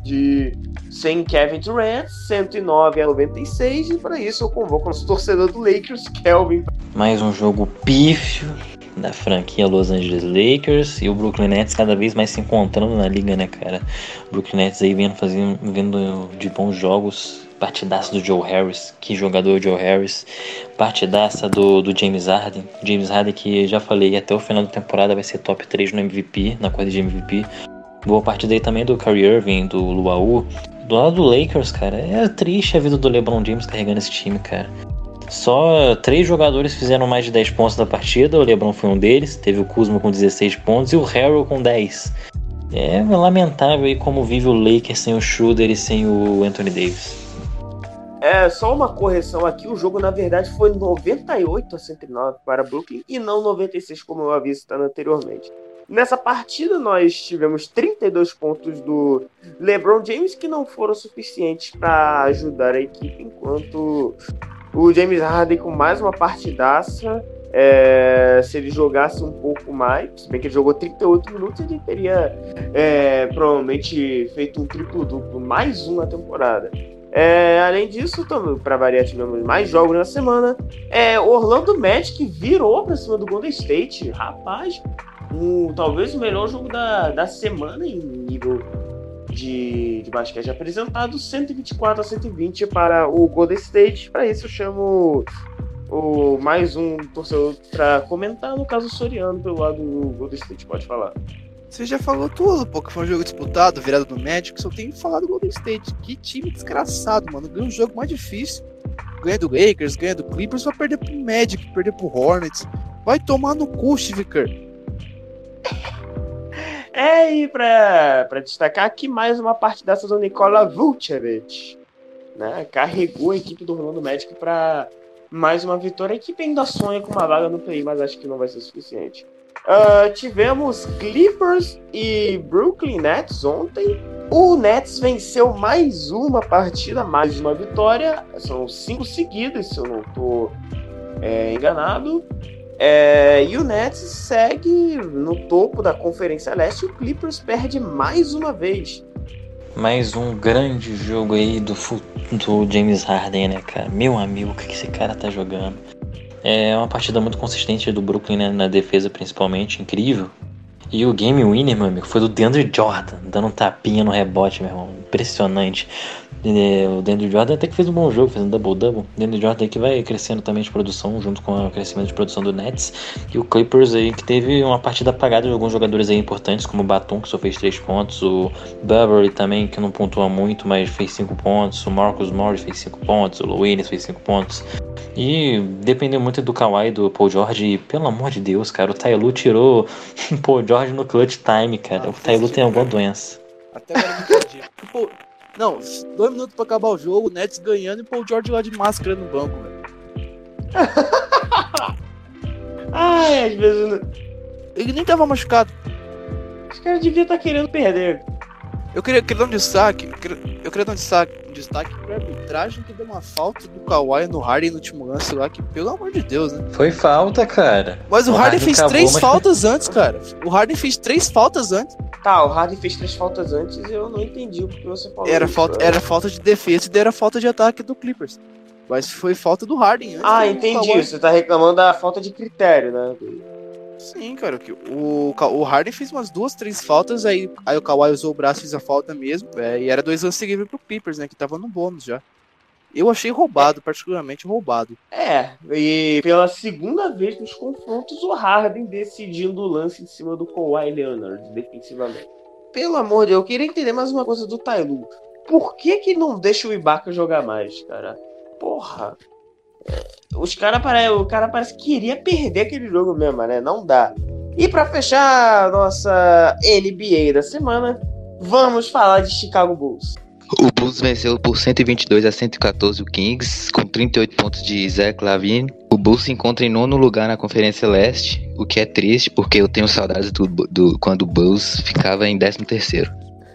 sem Kevin Durant, 109-96, e para isso eu convoco o nosso torcedor do Lakers, Kelvin. Mais um jogo pífio da franquia Los Angeles Lakers e o Brooklyn Nets cada vez mais se encontrando na liga, né, cara? O Brooklyn Nets aí vindo de bons jogos. Partidaça do Joe Harris, que jogador Joe Harris. Partidaça do James Harden. James Harden, que já falei, até o final da temporada vai ser top 3 no MVP, na corrida de MVP. Boa partida aí também do Kyrie Irving, do Luau. Do lado do Lakers, cara, é triste a vida do LeBron James carregando esse time, cara. Só 3 jogadores fizeram mais de 10 pontos da partida. O LeBron foi um deles. Teve o Kuzma com 16 pontos e o Harrell com 10. É lamentável aí como vive o Lakers sem o Schroeder e sem o Anthony Davis. Só uma correção aqui, o jogo na verdade foi 98-109 para Brooklyn e não 96 como eu havia citado anteriormente. Nessa partida nós tivemos 32 pontos do LeBron James que não foram suficientes para ajudar a equipe, enquanto o James Harden com mais uma partidaça, se ele jogasse um pouco mais, se bem que ele jogou 38 minutos, ele teria provavelmente feito um triplo-duplo, mais um na temporada. Além disso, para variar, tivemos mais jogos na semana. Orlando Magic virou para cima do Golden State. Rapaz, talvez o melhor jogo da semana em nível de basquete apresentado. 124-120 para o Golden State. Para isso eu chamo mais um torcedor para comentar, no caso o Soriano, pelo lado do Golden State. Pode falar. Você já falou tudo, pô, que foi um jogo disputado, virado do Magic, só tem que falar do Golden State. Que time desgraçado, mano. Ganha um jogo mais difícil. Ganha do Lakers, ganha do Clippers, vai perder pro Magic, perder pro Hornets. Vai tomar no cu, Chiviker. E pra destacar aqui mais uma partidaça do Nikola Vucevic, né? Carregou a equipe do Orlando Magic para mais uma vitória. A equipe ainda sonha com uma vaga no play, mas acho que não vai ser suficiente. Tivemos Clippers e Brooklyn Nets ontem. O Nets venceu mais uma partida, mais uma vitória. São 5 seguidas, se eu não estou enganado. E o Nets segue no topo da Conferência Leste. E o Clippers perde mais uma vez. Mais um grande jogo aí do James Harden, né, cara? Meu amigo, o que esse cara tá jogando? É uma partida muito consistente do Brooklyn, né, na defesa principalmente, incrível. E o game winner, meu amigo, foi do DeAndre Jordan, dando um tapinha no rebote, meu irmão. Impressionante. O DeAndre Jordan até que fez um bom jogo, fez um double-double. O DeAndre Jordan aí que vai crescendo também de produção, junto com o crescimento de produção do Nets. E o Clippers aí que teve uma partida apagada de alguns jogadores aí importantes, como o Batum, que só fez 3 pontos. O Beverly também, que não pontua muito, mas fez 5 pontos. O Marcus Morris fez 5 pontos. O Lou Williams fez 5 pontos. E dependeu muito do Kawhi e do Paul George. E, pelo amor de Deus, cara, o Ty Lue tirou o Paul George no clutch time, cara. O Ty Lue tem alguma doença. Até agora eu não entendi. Não, 2 minutos pra acabar o jogo, o Nets ganhando e pôr o George lá de máscara no banco, velho. Ai, às vezes. Ele nem tava machucado. Os caras deviam estar querendo perder. Eu queria dar um destaque. Eu queria dar um destaque pra arbitragem que deu uma falta do Kawhi no Harden no último lance lá, que pelo amor de Deus, né? Foi falta, cara. Mas o Harden fez acabou, 3 mas- faltas antes, cara. O Harden fez 3 faltas antes. Tá, o Harden fez 3 faltas antes e eu não entendi o que você falou. Era isso, falta, falta de defesa e era falta de ataque do Clippers. Mas foi falta do Harden antes. Ah, do entendi. Kawhi. Você tá reclamando da falta de critério, né? Sim, cara. Que o Harden fez umas 2, 3 faltas, aí o Kawhi usou o braço e fez a falta mesmo. E era 2 lances seguidos pro Clippers, né? Que tava no bônus já. Eu achei roubado, particularmente roubado. E pela segunda vez nos confrontos, o Harden decidindo o lance em cima do Kawhi Leonard, defensivamente. Pelo amor de Deus, eu queria entender mais uma coisa do Ty Lue. Por que não deixa o Ibaka jogar mais, cara? Porra. O cara parece que queria perder aquele jogo mesmo, né? Não dá. E pra fechar a nossa NBA da semana, vamos falar de Chicago Bulls. O Bulls venceu por 122-114 o Kings, com 38 pontos de Zach LaVine. O Bulls se encontra em 9º lugar na Conferência Leste, o que é triste, porque eu tenho saudades do quando o Bulls ficava em 13º.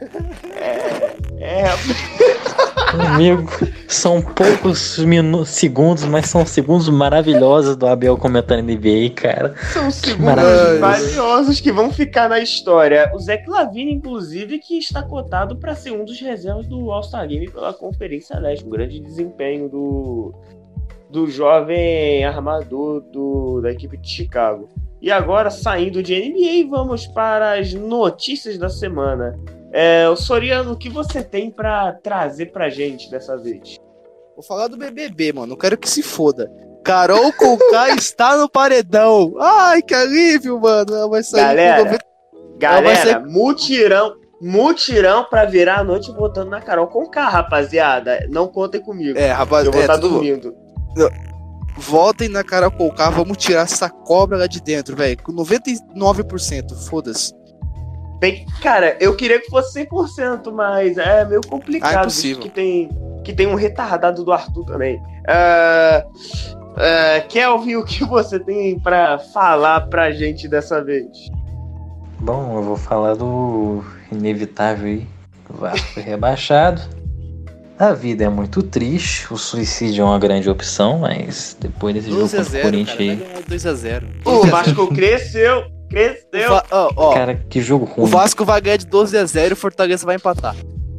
Amigo, são poucos segundos, mas são segundos maravilhosos do Abel comentando NBA, cara. São segundos maravilhoso. valiosos que vão ficar na história. O Zach LaVine, inclusive, que está cotado para ser um dos reservas do All-Star Game pela Conferência Leste. Um grande desempenho do jovem armador da equipe de Chicago. E agora, saindo de NBA, vamos para as notícias da semana. O Soriano, o que você tem pra trazer pra gente dessa vez? Vou falar do BBB, mano. Não quero que se foda. Carol Conká está no paredão. Ai, que alívio, mano. Ela vai sair Galera, mutirão pra virar a noite votando na Carol Conká, rapaziada. Não contem comigo. Rapaz, eu vou estar dormindo. Votem na Carol Conká, vamos tirar essa cobra lá de dentro, velho. Com 99%, foda-se. Bem, cara, eu queria que fosse 100%, mas é meio complicado. É impossível. Que tem um retardado do Arthur também. Kelvin, o que você tem pra falar pra gente dessa vez? Bom, eu vou falar do inevitável aí. O Vasco foi rebaixado. A vida é muito triste. O suicídio é uma grande opção, mas depois desse jogo contra o Corinthians aí. 2x0. O Vasco cresceu. Cara, que jogo ruim. O Vasco vai ganhar de 12-0 e o Fortaleza vai empatar.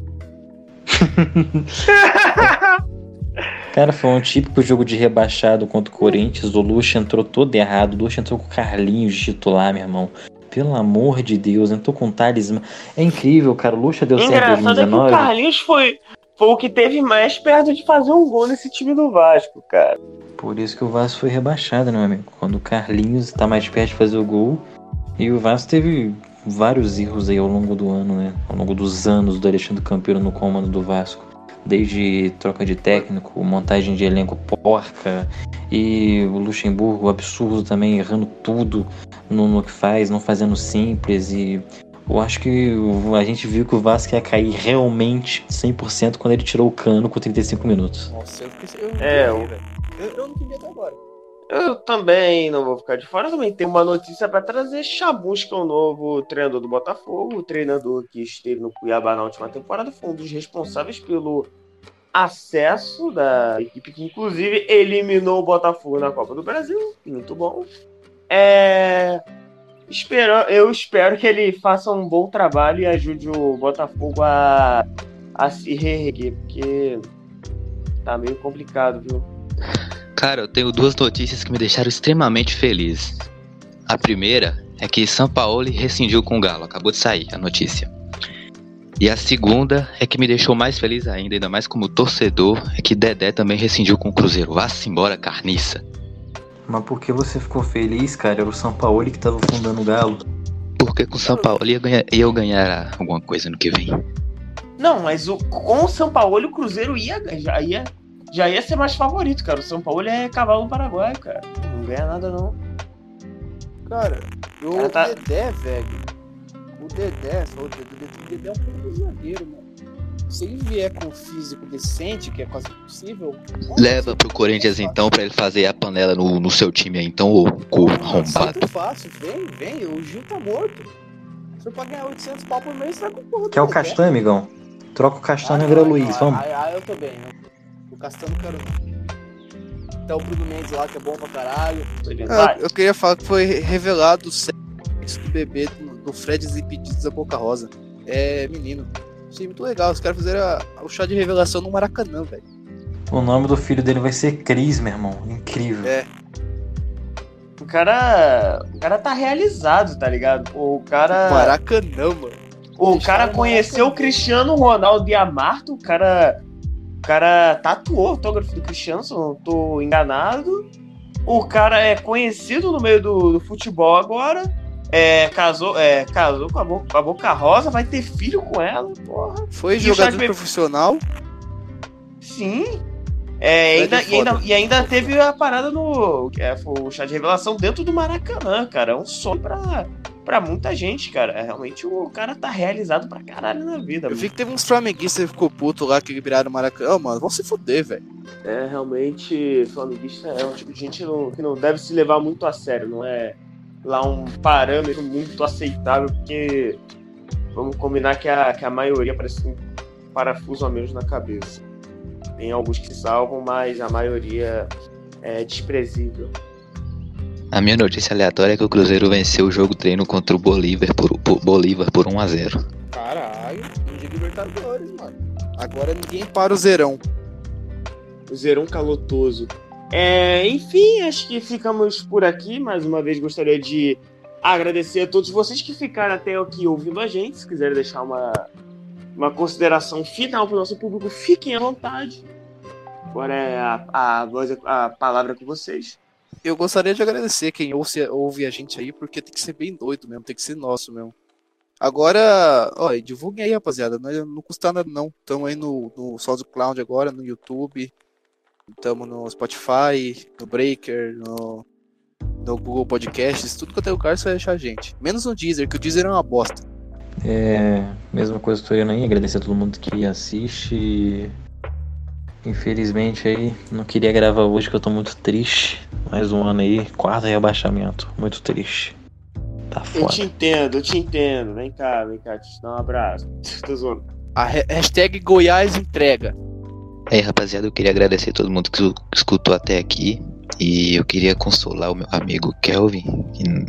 Cara, foi um típico jogo de rebaixado contra o Corinthians. O Lucha entrou todo errado. O Lucha entrou com o Carlinhos de titular, meu irmão. Pelo amor de Deus, entrou com o Thales. É incrível, cara. O Lucha deu certo em Engraçado 2019. É que o Carlinhos foi o que teve mais perto de fazer um gol nesse time do Vasco, cara. Por isso que o Vasco foi rebaixado, né, meu amigo? Quando o Carlinhos tá mais perto de fazer o gol. E o Vasco teve vários erros aí ao longo do ano, né? Ao longo dos anos do Alexandre Campeiro no comando do Vasco. Desde troca de técnico, montagem de elenco porca, e o Luxemburgo absurdo também, errando tudo no que faz, não fazendo simples. E eu acho que a gente viu que o Vasco ia cair realmente 100% quando ele tirou o Cano com 35 minutos. Nossa, eu não entendi até agora. Eu também não vou ficar de fora. Eu também tenho uma notícia para trazer. Chamusca, o novo treinador do Botafogo. O treinador que esteve no Cuiabá na última temporada foi um dos responsáveis pelo acesso da equipe que, inclusive, eliminou o Botafogo na Copa do Brasil. Muito bom. Eu espero que ele faça um bom trabalho e ajude o Botafogo a se reerguer, porque tá meio complicado, viu? Cara, eu tenho 2 notícias que me deixaram extremamente feliz. A primeira é que São Paulo rescindiu com o Galo, acabou de sair a notícia. E a segunda é que me deixou mais feliz ainda mais como torcedor, é que Dedé também rescindiu com o Cruzeiro. Vá-se embora, carniça. Mas por que você ficou feliz, cara? Era o São Paulo que tava fundando o Galo. Porque com o São Paulo ia ganhar alguma coisa no que vem. Não, mas com o São Paulo o Cruzeiro já ia ser mais favorito, cara. O São Paulo é cavalo paraguaio, cara. Não ganha nada, não. Cara, o tá... Dedé, velho. O Dedé é um pouco zagueiro, mano. Se ele vier com um físico decente, que é quase impossível... Leva pro Corinthians então pra ele fazer a panela no seu time aí, então, ô corno arrombado. Muito fácil, vem, o Gil tá morto. Se for pra ganhar 800 pau por mês, você vai com porra. Que é o Castanho, amigão. Troca o Castanho e vira o Luiz, vamos. Eu tô bem, né? O Castanho não quero não. Então o Bruno Mendes lá, que é bom pra caralho. Eu queria falar que foi revelado o sexo do bebê do Fred Desimpedidos da Boca Rosa. É menino. Achei muito legal, os caras fizeram o chá de revelação no Maracanã, velho. O nome do filho dele vai ser Cris, meu irmão. Incrível. É. O cara tá realizado, tá ligado? O cara... Maracanã, mano. O cara conheceu o Cristiano Ronaldo e a Marta, o cara tatuou o autógrafo do Cristiano, se eu não tô enganado. O cara é conhecido no meio do futebol agora. Casou com a Boca Rosa, vai ter filho com ela, porra. Foi jogador profissional? Sim. E ainda teve a parada foi o chá de revelação dentro do Maracanã, cara. É um sonho pra muita gente, cara. Realmente o cara tá realizado pra caralho na vida. Eu vi que teve uns flamenguistas que ficou puto lá, que viraram o Maracanã. Mano, vão se fuder, velho. Realmente, flamenguista é um tipo de gente que não deve se levar muito a sério. Não é lá um parâmetro muito aceitável, porque vamos combinar que a maioria parece um parafuso a menos na cabeça. Tem alguns que salvam, mas a maioria é desprezível. A minha notícia aleatória é que o Cruzeiro venceu o jogo treino contra o Bolívar por 1-0. Caralho, de Libertadores, mano. Agora ninguém para o Zerão. O Zerão calotoso. Enfim, acho que ficamos por aqui. Mais uma vez gostaria de agradecer a todos vocês que ficaram até aqui ouvindo a gente. Se quiserem deixar uma consideração final para o nosso público, fiquem à vontade. Agora é a palavra com vocês. Eu gostaria de agradecer quem ouve a gente aí, porque tem que ser bem doido mesmo, tem que ser nosso mesmo. Agora, divulguem aí, rapaziada, não custa nada não. Estamos aí no SoundCloud agora, no YouTube, estamos no Spotify, no Breaker, no Google Podcasts, tudo quanto é lugar você vai achar a gente. Menos no Deezer, que o Deezer é uma bosta. Mesma coisa que eu tô indo aí, agradecer a todo mundo que assiste. Infelizmente aí, não queria gravar hoje que eu tô muito triste. Mais um ano aí, 4º rebaixamento, muito triste. Tá foda. Eu te entendo. Vem cá, te dá um abraço. Tô zoando. A hashtag Goiás entrega. Rapaziada, eu queria agradecer a todo mundo que escutou até aqui. E eu queria consolar o meu amigo Kelvin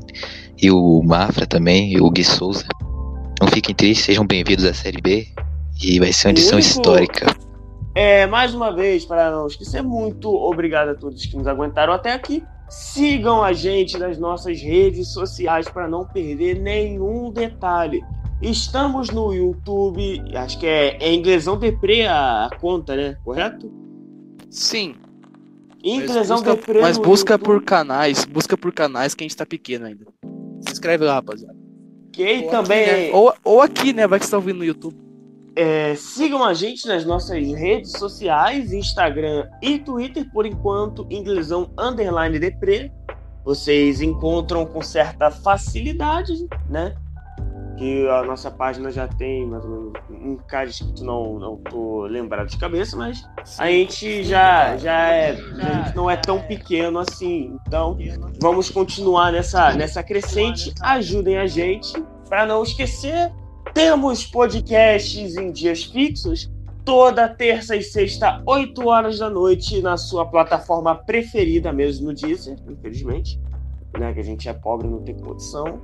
e o Mafra também, e o Gui Souza. Não fiquem tristes, sejam bem-vindos à Série B. E vai ser uma edição histórica. Mais uma vez, para não esquecer, muito obrigado a todos que nos aguentaram até aqui. Sigam a gente nas nossas redes sociais para não perder nenhum detalhe. Estamos no YouTube, acho que é Inglesão Deprê a conta, né? Correto? Sim. Inglesão Deprê. Mas busca por canais que a gente tá pequeno ainda. Se inscreve lá, rapaziada. Ok, também. Aqui, né? Ou aqui, né? Vai que você tá ouvindo no YouTube. Sigam a gente nas nossas redes sociais, Instagram e Twitter, por enquanto, Inglesão_Deprê. Vocês encontram com certa facilidade, né? Que a nossa página já tem mais ou menos um cara escrito, não tô lembrado de cabeça, mas a gente a gente não é tão pequeno assim. Então, vamos continuar nessa crescente. Ajudem a gente. Para não esquecer, temos podcasts em dias fixos, toda terça e sexta, 8 horas da noite, na sua plataforma preferida, mesmo no Deezer, infelizmente, né, que a gente é pobre e não tem condição.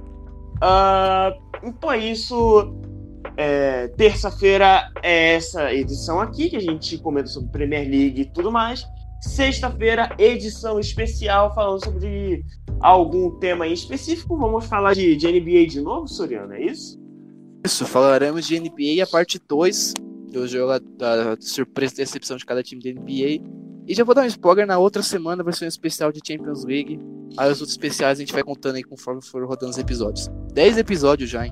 Então é isso. Terça-feira é essa edição aqui, que a gente comenta sobre Premier League e tudo mais. Sexta-feira, edição especial, falando sobre algum tema em específico. Vamos falar de NBA de novo, Soriano, é isso? Isso, falaremos de NBA a parte 2 do jogo da surpresa e decepção de cada time da NBA. E já vou dar um spoiler, na outra semana vai ser um especial de Champions League. Aí os outros especiais a gente vai contando aí conforme for rodando os episódios. 10 episódios já, hein?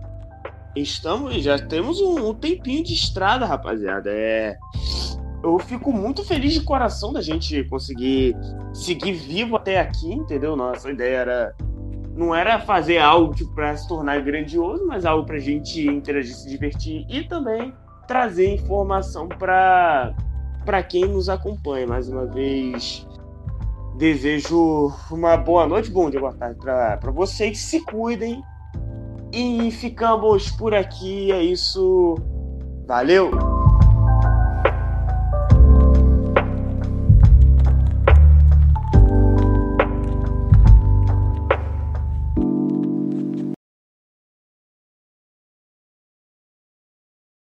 Já temos um tempinho de estrada, rapaziada. Eu fico muito feliz de coração da gente conseguir seguir vivo até aqui, entendeu? Nossa ideia não era fazer algo para se tornar grandioso, mas algo pra gente interagir, se divertir e também trazer informação para quem nos acompanha. Mais uma vez, desejo uma boa noite, bom dia, boa tarde para vocês. Se cuidem e ficamos por aqui. É isso. Valeu!